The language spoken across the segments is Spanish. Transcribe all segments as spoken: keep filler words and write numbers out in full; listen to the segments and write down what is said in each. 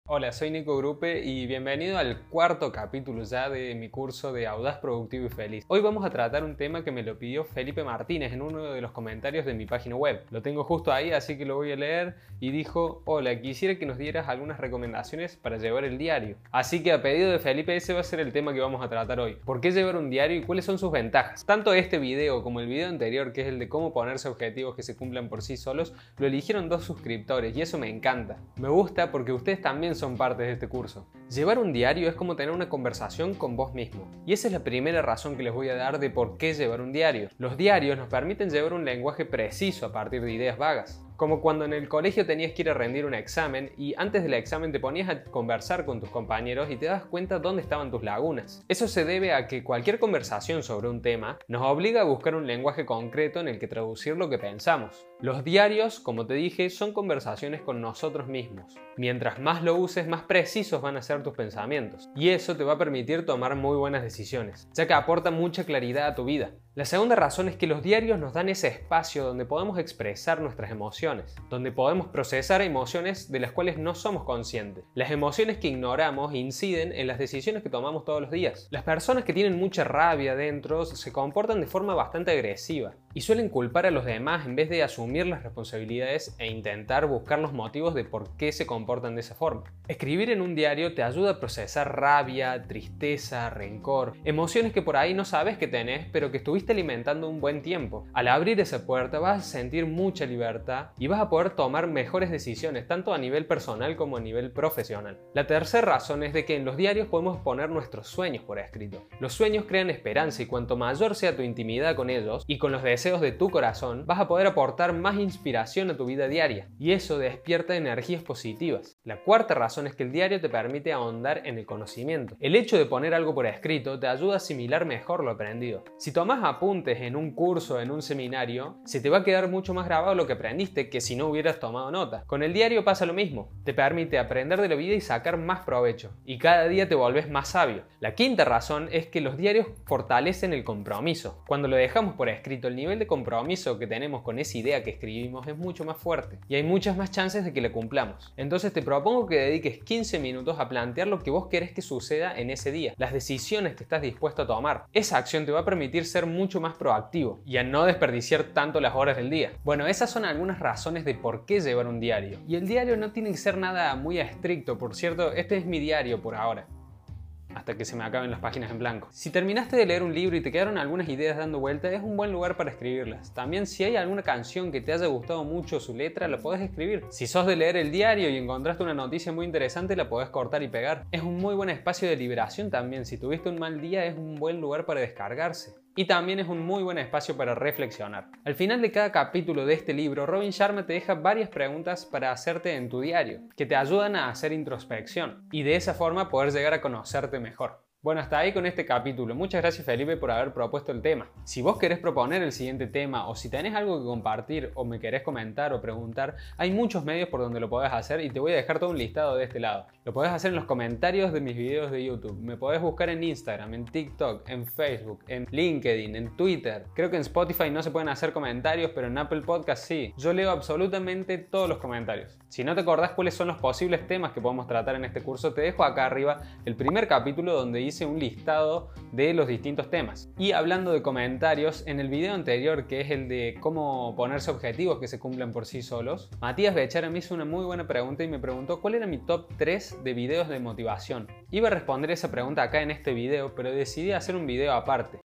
Hola, soy Nico Grupe y bienvenido al cuarto capítulo ya de mi curso de Audaz, Productivo y Feliz. Hoy vamos a tratar un tema que me lo pidió Felipe Martínez en uno de los comentarios de mi página web. Lo tengo justo ahí, así que lo voy a leer y dijo: hola, quisiera que nos dieras algunas recomendaciones para llevar el diario. Así que a pedido de Felipe ese va a ser el tema que vamos a tratar hoy. ¿Por qué llevar un diario y cuáles son sus ventajas? Tanto este video como el video anterior, que es el de cómo ponerse objetivos que se cumplan por sí solos, lo eligieron dos suscriptores y eso me encanta. Me gusta porque ustedes también son parte de este curso. Llevar un diario es como tener una conversación con vos mismo. Y esa es la primera razón que les voy a dar de por qué llevar un diario. Los diarios nos permiten llevar un lenguaje preciso a partir de ideas vagas. Como cuando en el colegio tenías que ir a rendir un examen y antes del examen te ponías a conversar con tus compañeros y te das cuenta dónde estaban tus lagunas. Eso se debe a que cualquier conversación sobre un tema nos obliga a buscar un lenguaje concreto en el que traducir lo que pensamos. Los diarios, como te dije, son conversaciones con nosotros mismos. Mientras más lo uses, más precisos van a ser tus pensamientos. Y eso te va a permitir tomar muy buenas decisiones, ya que aporta mucha claridad a tu vida. La segunda razón es que los diarios nos dan ese espacio donde podemos expresar nuestras emociones, donde podemos procesar emociones de las cuales no somos conscientes. Las emociones que ignoramos inciden en las decisiones que tomamos todos los días. Las personas que tienen mucha rabia dentro se comportan de forma bastante agresiva y suelen culpar a los demás en vez de asumir las responsabilidades e intentar buscar los motivos de por qué se comportan de esa forma. Escribir en un diario te ayuda a procesar rabia, tristeza, rencor, emociones que por ahí no sabes que tenés, pero que estuviste alimentando un buen tiempo. Al abrir esa puerta vas a sentir mucha libertad y vas a poder tomar mejores decisiones, tanto a nivel personal como a nivel profesional. La tercera razón es de que en los diarios podemos poner nuestros sueños por escrito. Los sueños crean esperanza y cuanto mayor sea tu intimidad con ellos y con los deseos de tu corazón, vas a poder aportar más inspiración a tu vida diaria y eso despierta energías positivas. La cuarta razón es que el diario te permite ahondar en el conocimiento. El hecho de poner algo por escrito te ayuda a asimilar mejor lo aprendido. Si tomas apuntes en un curso, en un seminario, se te va a quedar mucho más grabado lo que aprendiste que si no hubieras tomado nota. Con el diario pasa lo mismo. Te permite aprender de la vida y sacar más provecho. Y cada día te volvés más sabio. La quinta razón es que los diarios fortalecen el compromiso. Cuando lo dejamos por escrito, el nivel de compromiso que tenemos con esa idea que escribimos es mucho más fuerte. Y hay muchas más chances de que la cumplamos. Entonces te propongo que dediques quince minutos a plantear lo que vos querés que suceda en ese día. Las decisiones que estás dispuesto a tomar. Esa acción te va a permitir ser mucho mucho más proactivo y a no desperdiciar tanto las horas del día. Bueno, esas son algunas razones de por qué llevar un diario. Y el diario no tiene que ser nada muy estricto, por cierto, este es mi diario por ahora, hasta que se me acaben las páginas en blanco. Si terminaste de leer un libro y te quedaron algunas ideas dando vuelta, es un buen lugar para escribirlas. También si hay alguna canción que te haya gustado mucho su letra, la podés escribir. Si sos de leer el diario y encontraste una noticia muy interesante, la podés cortar y pegar. Es un muy buen espacio de liberación también. Si tuviste un mal día, es un buen lugar para descargarse. Y también es un muy buen espacio para reflexionar. Al final de cada capítulo de este libro, Robin Sharma te deja varias preguntas para hacerte en tu diario, que te ayudan a hacer introspección y de esa forma poder llegar a conocerte mejor. Bueno, hasta ahí con este capítulo. Muchas gracias, Felipe, por haber propuesto el tema. Si vos querés proponer el siguiente tema o si tenés algo que compartir o me querés comentar o preguntar, hay muchos medios por donde lo podés hacer y te voy a dejar todo un listado de este lado. Lo podés hacer en los comentarios de mis videos de YouTube. Me podés buscar en Instagram, en TikTok, en Facebook, en LinkedIn, en Twitter. Creo que en Spotify no se pueden hacer comentarios, pero en Apple Podcast sí. Yo leo absolutamente todos los comentarios. Si no te acordás cuáles son los posibles temas que podemos tratar en este curso, te dejo acá arriba el primer capítulo donde hice un listado de los distintos temas. Y hablando de comentarios, en el video anterior, que es el de cómo ponerse objetivos que se cumplan por sí solos, Matías Bechara me hizo una muy buena pregunta y me preguntó cuál era mi top tres de videos de motivación. Iba a responder esa pregunta acá en este video, pero decidí hacer un video aparte.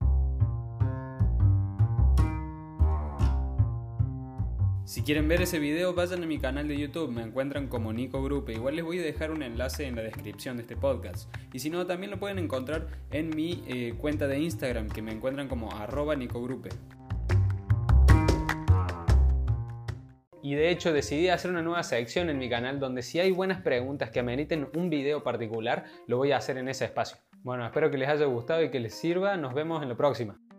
Si quieren ver ese video, vayan a mi canal de YouTube, me encuentran como Nico Grupe. Igual les voy a dejar un enlace en la descripción de este podcast. Y si no, también lo pueden encontrar en mi eh, cuenta de Instagram, que me encuentran como arroba Nico Grupe. Y de hecho decidí hacer una nueva sección en mi canal donde si hay buenas preguntas que ameriten un video particular, lo voy a hacer en ese espacio. Bueno, espero que les haya gustado y que les sirva. Nos vemos en la próxima.